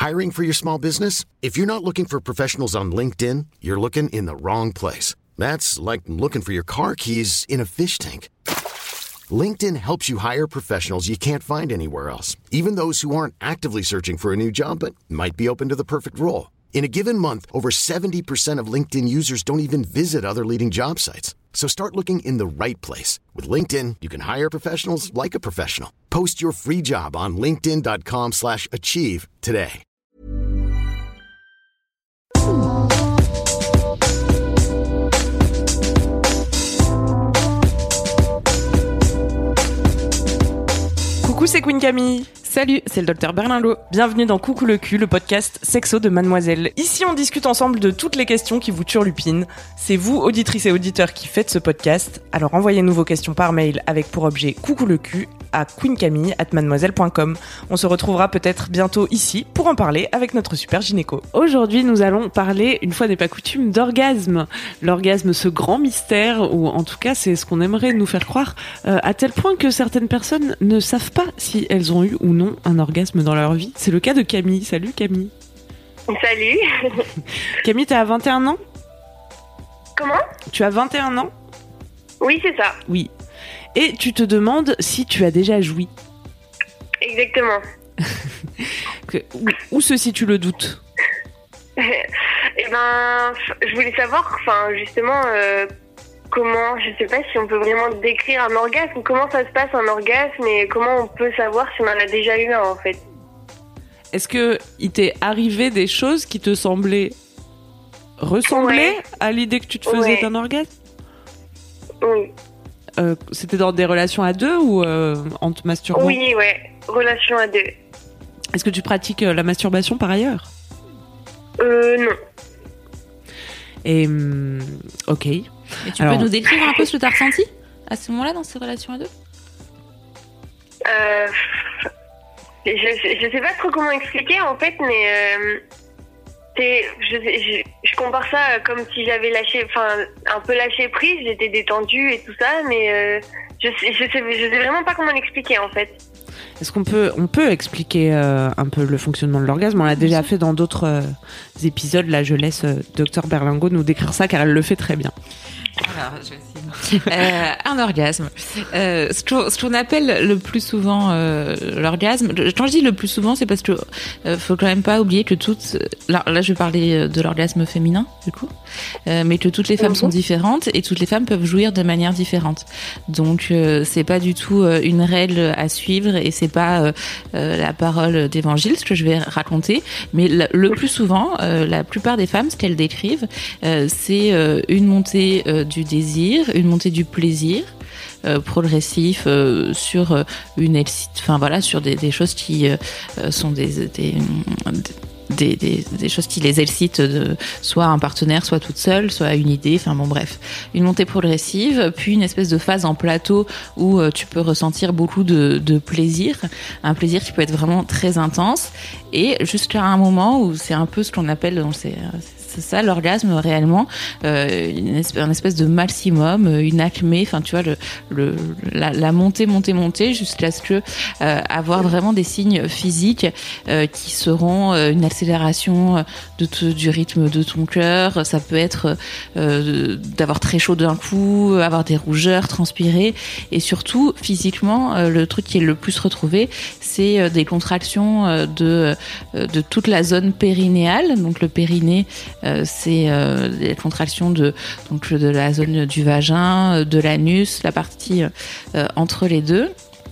Hiring for your small business? If you're not looking for professionals on LinkedIn, you're looking in the wrong place. That's like looking for your car keys in a fish tank. LinkedIn helps you hire professionals you can't find anywhere else, even those who aren't actively searching for a new job but might be open to the perfect role. In a given month, over 70% of LinkedIn users don't even visit other leading job sites. So start looking in the right place. With LinkedIn, you can hire professionals like a professional. Post your free job on linkedin.com/achieve today. Coucou, c'est Queen Camille. Salut, c'est le docteur Berlinlot. Bienvenue dans Coucou le cul, le podcast sexo de Mademoiselle. Ici, on discute ensemble de toutes les questions qui vous turlupinent. C'est vous, auditrices et auditeurs, qui faites ce podcast. Alors envoyez-nous vos questions par mail avec pour objet Coucou le cul à queencamille@mademoiselle.com. On se retrouvera peut-être bientôt ici pour en parler avec notre super gynéco. Aujourd'hui, nous allons parler, une fois n'est pas coutume, d'orgasme. L'orgasme, ce grand mystère, ou en tout cas, c'est ce qu'on aimerait nous faire croire, à tel point que certaines personnes ne savent pas si elles ont eu ou non un orgasme dans leur vie. C'est le cas de Camille. Salut Camille. Salut. Camille, t'as 21 ans ? Comment ? Tu as 21 ans ? Oui, c'est ça. Oui. Et tu te demandes si tu as déjà joui. Exactement. Où se situe le doute ? Eh ben, je voulais savoir, justement, comment, je sais pas si on peut vraiment décrire un orgasme, comment ça se passe un orgasme et comment on peut savoir si on en a déjà eu un en fait. Est-ce que il t'est arrivé des choses qui te semblaient ressembler à l'idée que tu te faisais d'un orgasme ? Oui. C'était dans des relations à deux ou en te masturbant ? Oui, ouais, relation à deux. Est-ce que tu pratiques la masturbation par ailleurs ? Non. Et ok. Et tu peux nous décrire un peu ce que tu as ressenti à ce moment-là dans ces relations à deux ? Je sais pas trop comment expliquer en fait, mais je compare ça comme si j'avais un peu lâché prise, j'étais détendue et tout ça, mais je sais vraiment pas comment l'expliquer en fait. Est-ce qu'on peut expliquer un peu le fonctionnement de l'orgasme ? On l'a déjà fait dans d'autres épisodes. Là, je laisse Dr Berlingot nous décrire ça car elle le fait très bien. Alors, je vais essayer. Un orgasme. Ce qu'on appelle le plus souvent l'orgasme. Quand je dis le plus souvent, c'est parce que faut quand même pas oublier que là, je vais parler de l'orgasme féminin, du coup, mais que toutes les femmes sont différentes et toutes les femmes peuvent jouir de manière différente. Donc, c'est pas du tout une règle à suivre et c'est pas la parole d'évangile ce que je vais raconter. Mais le plus souvent, la plupart des femmes, ce qu'elles décrivent, c'est une montée du désir, une montée du plaisir progressif sur une sur des choses qui sont des choses qui les excitent, soit un partenaire, soit toute seule, soit une idée, bref. Une montée progressive, puis une espèce de phase en plateau où tu peux ressentir beaucoup de plaisir, un plaisir qui peut être vraiment très intense, et jusqu'à un moment où c'est un peu ce qu'on appelle, c'est ça l'orgasme réellement, une espèce de maximum, une acmé, tu vois, la montée jusqu'à ce que avoir vraiment des signes physiques qui seront une accélération du rythme de ton cœur. Ça peut être d'avoir très chaud d'un coup, avoir des rougeurs, transpirer, et surtout physiquement, le truc qui est le plus retrouvé, c'est des contractions de toute la zone périnéale. Donc le périnée, c'est les contractions de la zone du vagin, de l'anus, la partie entre les deux.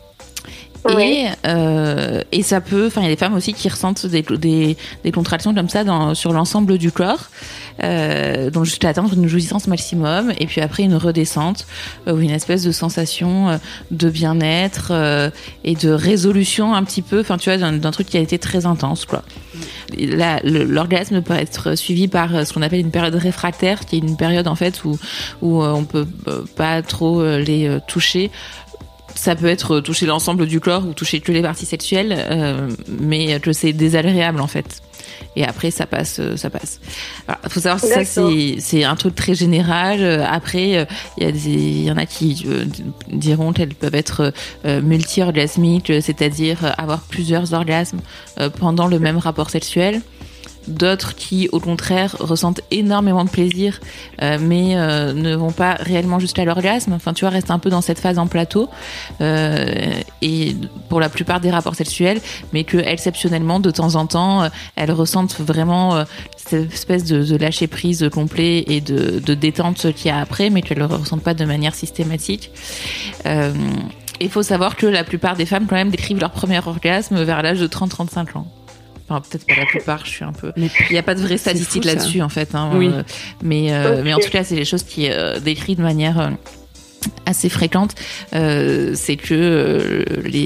Oui. Et ça peut, il y a des femmes aussi qui ressentent des contractions comme ça sur l'ensemble du corps, donc jusqu'à atteindre une jouissance maximum, et puis après une redescente ou une espèce de sensation de bien-être et de résolution un petit peu, tu vois, d'un truc qui a été très intense, quoi. L'orgasme peut être suivi par ce qu'on appelle une période réfractaire, qui est une période en fait où on peut pas trop les toucher. ça peut être toucher l'ensemble du corps ou toucher que les parties sexuelles, mais que c'est désagréable en fait. Et après ça passe. Alors, faut savoir que ça c'est un truc très général. Après il y en a qui diront qu'elles peuvent être multi-orgasmiques, c'est-à-dire avoir plusieurs orgasmes pendant le même rapport sexuel. D'autres qui, au contraire, ressentent énormément de plaisir, mais ne vont pas réellement jusqu'à l'orgasme. Enfin, tu vois, restent un peu dans cette phase en plateau. Et pour la plupart des rapports sexuels, mais que exceptionnellement, de temps en temps, elles ressentent vraiment cette espèce de lâcher prise complet et de détente qu'il y a après, mais qu'elles ne le ressentent pas de manière systématique. Il faut savoir que la plupart des femmes, quand même, décrivent leur premier orgasme vers l'âge de 30-35 ans. Enfin, peut-être pas la plupart, je suis un peu... Il n'y a pas de vraies statistiques là-dessus, en fait. Hein, oui. Mais en tout cas, c'est des choses qui décrivent de manière assez fréquente. C'est que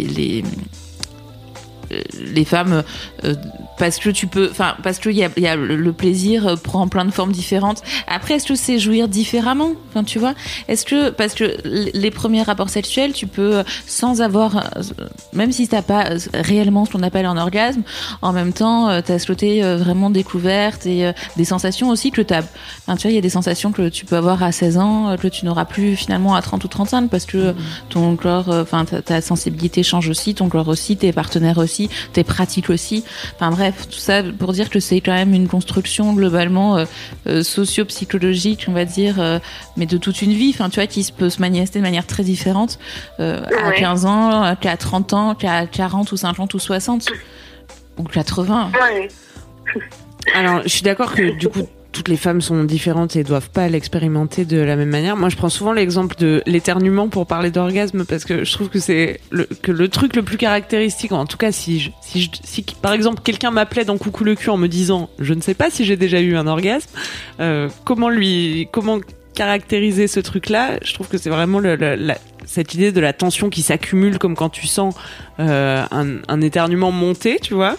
les femmes, parce que il y a le plaisir prend plein de formes différentes. Après, est-ce que c'est jouir différemment? Enfin, tu vois, parce que les premiers rapports sexuels, tu peux sans avoir, même si t'as pas réellement ce qu'on appelle un orgasme, en même temps, t'as ce côté vraiment découverte et des sensations aussi que tu vois, il y a des sensations que tu peux avoir à 16 ans que tu n'auras plus finalement à 30 ou 35 parce que ton corps, ta sensibilité change aussi, ton corps aussi, tes partenaires aussi, tes pratiques aussi. Enfin bref, tout ça pour dire que c'est quand même une construction globalement socio-psychologique, on va dire, mais de toute une vie. Enfin, tu vois, qui peut se manifester de manière très différente à 15 ans, qu'à 30 ans, qu'à 40 ou 50 ou 60 ou 80. Ouais. Alors, je suis d'accord que du coup, toutes les femmes sont différentes et doivent pas l'expérimenter de la même manière. Moi, je prends souvent l'exemple de l'éternuement pour parler d'orgasme parce que je trouve que c'est le truc le plus caractéristique. En tout cas, si par exemple quelqu'un m'appelait dans Coucou le cul en me disant je ne sais pas si j'ai déjà eu un orgasme, comment caractériser ce truc-là? Je trouve que c'est vraiment cette idée de la tension qui s'accumule comme quand tu sens un éternuement monter, tu vois.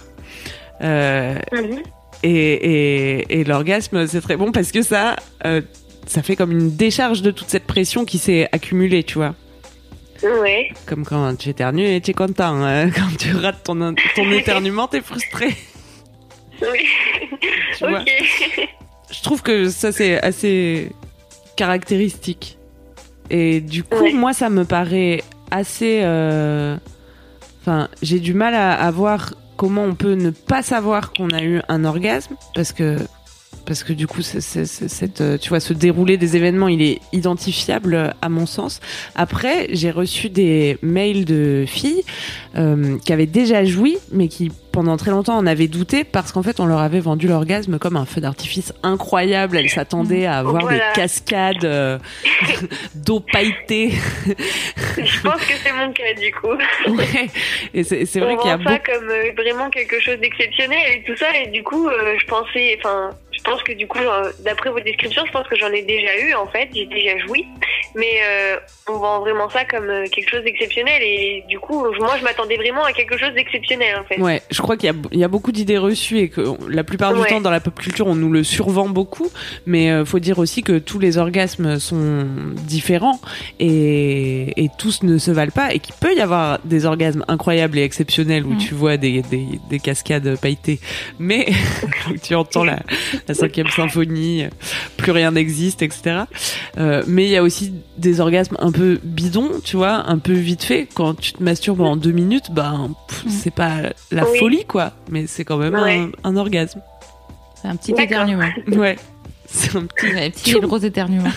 Et l'orgasme, c'est très bon parce que ça fait comme une décharge de toute cette pression qui s'est accumulée, tu vois. Ouais. Comme quand tu éternues et tu es content. Quand tu rates ton éternuement, t'es frustré. Oui. Tu vois. Je trouve que ça, c'est assez caractéristique. Et du coup, moi, ça me paraît assez... Enfin, j'ai du mal à voir comment on peut ne pas savoir qu'on a eu un orgasme parce que du coup tu vois, ce déroulé des événements, il est identifiable à mon sens. Après, j'ai reçu des mails de filles qui avaient déjà joui mais qui pendant très longtemps en avaient douté parce qu'en fait on leur avait vendu l'orgasme comme un feu d'artifice incroyable. Elles s'attendaient à avoir des cascades d'eau pailletée. Je pense que c'est mon cas du coup. Ouais. Et c'est vrai qu'il y a ça comme vraiment quelque chose d'exceptionnel et tout ça, et du coup je pense que du coup d'après vos descriptions, je pense que j'en ai déjà eu en fait, j'ai déjà joui, mais on vend vraiment ça comme quelque chose d'exceptionnel et du coup moi je m'attendais vraiment à quelque chose d'exceptionnel en fait. Ouais, je crois qu'il y a beaucoup d'idées reçues et que la plupart du temps dans la pop culture on nous le survend beaucoup, mais faut dire aussi que tous les orgasmes sont différents et tous ne se valent pas et qu'il peut y avoir des orgasmes incroyables et exceptionnels où tu vois des cascades pailletées, mais où tu entends la 5e symphonie, plus rien n'existe, etc. Mais il y a aussi des orgasmes un peu bidons, tu vois, un peu vite fait. Quand tu te masturbes en 2 minutes, c'est pas la folie, quoi. Mais c'est quand même un orgasme. C'est un petit éternuement. Ouais. C'est un petit gros éternuement.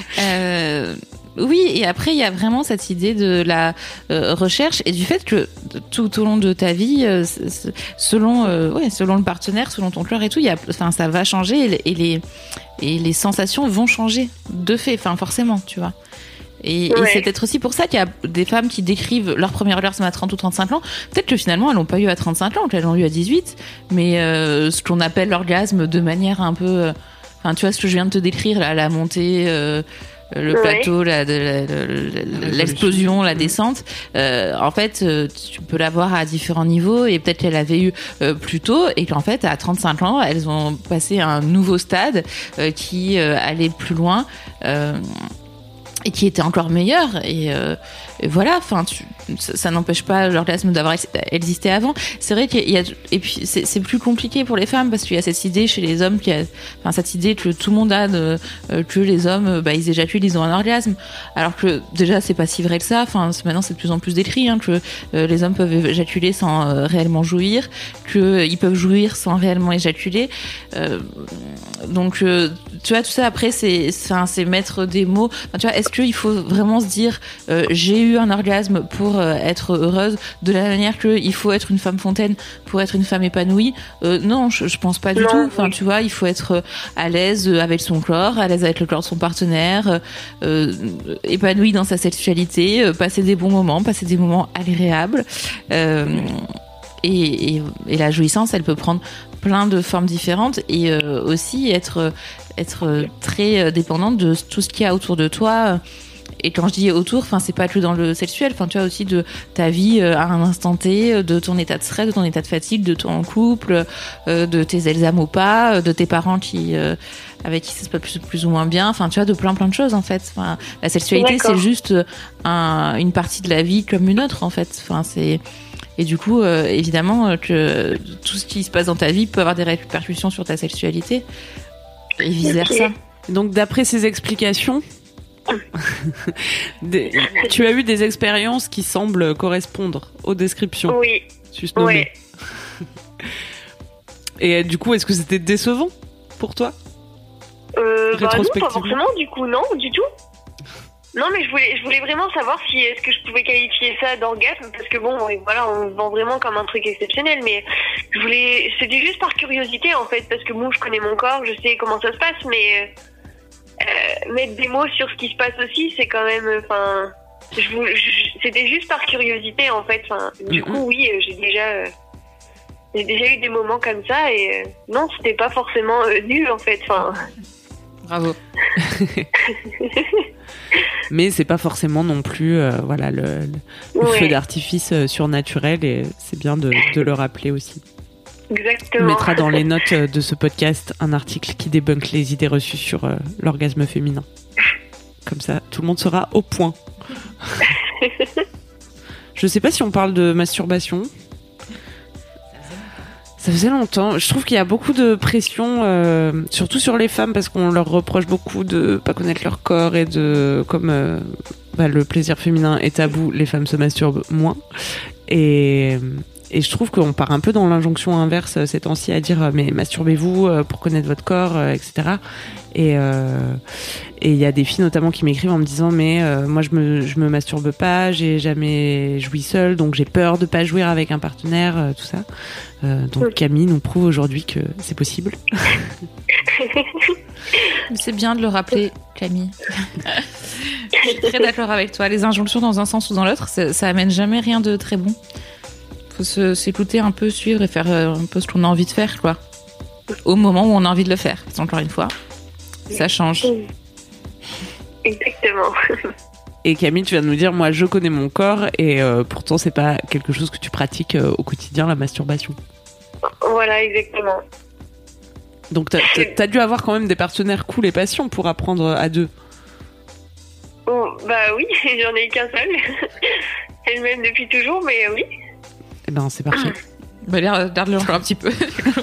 Oui, et après il y a vraiment cette idée de la recherche et du fait que tout au long de ta vie, selon le partenaire, selon ton cœur et tout, ça va changer et les sensations vont changer de fait, forcément, tu vois. Et c'est peut-être aussi pour ça qu'il y a des femmes qui décrivent leur premier orgasme à 30 ou 35 ans. Peut-être que finalement elles l'ont pas eu à 35 ans, qu'elles l'ont eu à 18, mais ce qu'on appelle l'orgasme de manière un peu, tu vois ce que je viens de te décrire, la montée. Le plateau, l'explosion, la descente. En fait, tu peux l'avoir à différents niveaux et peut-être qu'elle avait eu plus tôt et qu'en fait, à 35 ans, elles ont passé un nouveau stade qui allait plus loin. et qui était encore meilleure et voilà, enfin ça n'empêche pas l'orgasme d'avoir existé avant. C'est vrai qu'il y a, et puis c'est plus compliqué pour les femmes parce qu'il y a cette idée chez les hommes cette idée que tout le monde a que les hommes ils éjaculent, ils ont un orgasme, alors que déjà c'est pas si vrai que ça. Enfin maintenant c'est de plus en plus décrit que les hommes peuvent éjaculer sans réellement jouir, que ils peuvent jouir sans réellement éjaculer, donc tu vois, tout ça après c'est mettre des mots. Enfin, tu vois, est-ce qu'il faut vraiment se dire j'ai eu un orgasme pour être heureuse, de la manière qu'il faut être une femme fontaine pour être une femme épanouie? Non, je pense pas du tout. Enfin, tu vois, il faut être à l'aise avec son corps, à l'aise avec le corps de son partenaire, épanoui dans sa sexualité, passer des bons moments, passer des moments agréables. Et la jouissance, elle peut prendre plein de formes différentes et aussi être très dépendante de tout ce qu'il y a autour de toi. Et quand je dis autour, enfin c'est pas que dans le sexuel, enfin tu vois aussi de ta vie à un instant T, de ton état de stress, de ton état de fatigue, de ton couple, de tes examens ou pas, de tes parents avec qui ça se passe plus ou moins bien, enfin tu vois, de plein de choses en fait. Enfin, la sexualité c'est juste une partie de la vie comme une autre en fait. Enfin et du coup évidemment que tout ce qui se passe dans ta vie peut avoir des répercussions sur ta sexualité et vice versa. Donc d'après ces explications, tu as eu des expériences qui semblent correspondre aux descriptions. Oui. Ouais. Et du coup, est-ce que c'était décevant pour toi? Non, pas forcément, du coup, non, du tout. Non, mais je voulais vraiment savoir si est-ce que je pouvais qualifier ça d'orgasme, parce que bon, voilà, on le vend vraiment comme un truc exceptionnel, mais c'était juste par curiosité en fait, parce que bon, je connais mon corps, je sais comment ça se passe, mais mettre des mots sur ce qui se passe aussi, c'est quand même, enfin, c'était juste par curiosité en fait. Enfin, du coup, oui, j'ai déjà eu des moments comme ça et non, c'était pas forcément nul en fait. Enfin. Bravo. Mais c'est pas forcément non plus voilà le feu d'artifice surnaturel, et c'est bien de le rappeler aussi. Exactement. On mettra dans les notes de ce podcast un article qui débunk les idées reçues sur l'orgasme féminin. Comme ça, tout le monde sera au point. Je sais pas si on parle de masturbation. Ça faisait longtemps. Je trouve qu'il y a beaucoup de pression, surtout sur les femmes, parce qu'on leur reproche beaucoup de pas connaître leur corps et comme le plaisir féminin est tabou, les femmes se masturbent moins. Et je trouve qu'on part un peu dans l'injonction inverse ces temps-ci à dire mais masturbez-vous pour connaître votre corps, etc. Et il y a des filles notamment qui m'écrivent en me disant mais moi je me masturbe pas, j'ai jamais joui seule, donc j'ai peur de pas jouir avec un partenaire, tout ça. Donc Camille nous prouve aujourd'hui que c'est possible. C'est bien de le rappeler, Camille. Je suis très d'accord avec toi. Les injonctions dans un sens ou dans l'autre, ça amène jamais rien de très bon. Faut s'écouter un peu, suivre et faire un peu ce qu'on a envie de faire, quoi. Au moment où on a envie de le faire. Parce qu'encore une fois, ça change. Exactement. Et Camille, tu viens de nous dire, moi je connais mon corps, et pourtant c'est pas quelque chose que tu pratiques au quotidien, la masturbation. Voilà, exactement. Donc t'as dû avoir quand même des partenaires cool et patients pour apprendre à deux. Oh, bah oui, j'en ai eu qu'un seul. Elle-même depuis toujours, mais oui. Eh ben c'est parfait. Bah garde-le encore un petit peu.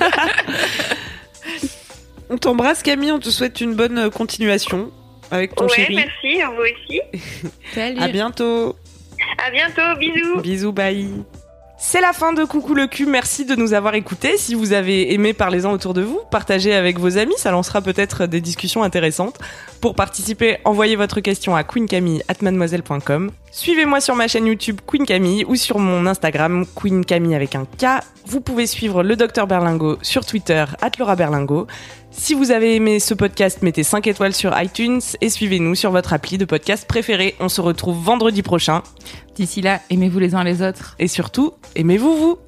On t'embrasse Camille, on te souhaite une bonne continuation avec ton chéri. Ouais, merci, vous aussi. Salut. À bientôt. À bientôt, bisous. Bisous, bye. C'est la fin de Coucou le cul, merci de nous avoir écoutés. Si vous avez aimé, parlez-en autour de vous, partagez avec vos amis, ça lancera peut-être des discussions intéressantes. Pour participer, envoyez votre question à queencamille@mademoiselle.com. Suivez-moi sur ma chaîne YouTube Queen Camille ou sur mon Instagram Queen Camille avec un K. Vous pouvez suivre le Dr Berlingo sur Twitter @LauraBerlingo. Si vous avez aimé ce podcast, mettez 5 étoiles sur iTunes et suivez-nous sur votre appli de podcast préféré. On se retrouve vendredi prochain. D'ici là, aimez-vous les uns les autres. Et surtout, aimez-vous vous.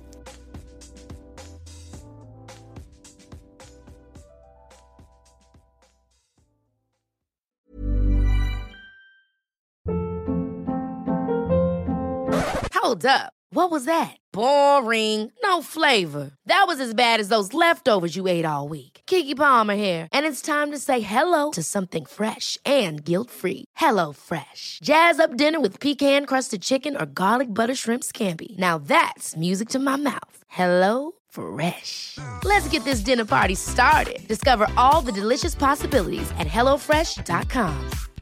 Hold up. What was that? Boring. No flavor. That was as bad as those leftovers you ate all week. Keke Palmer here, and it's time to say hello to something fresh and guilt-free. Hello Fresh. Jazz up dinner with pecan-crusted chicken or garlic butter shrimp scampi. Now that's music to my mouth. Hello Fresh. Let's get this dinner party started. Discover all the delicious possibilities at HelloFresh.com.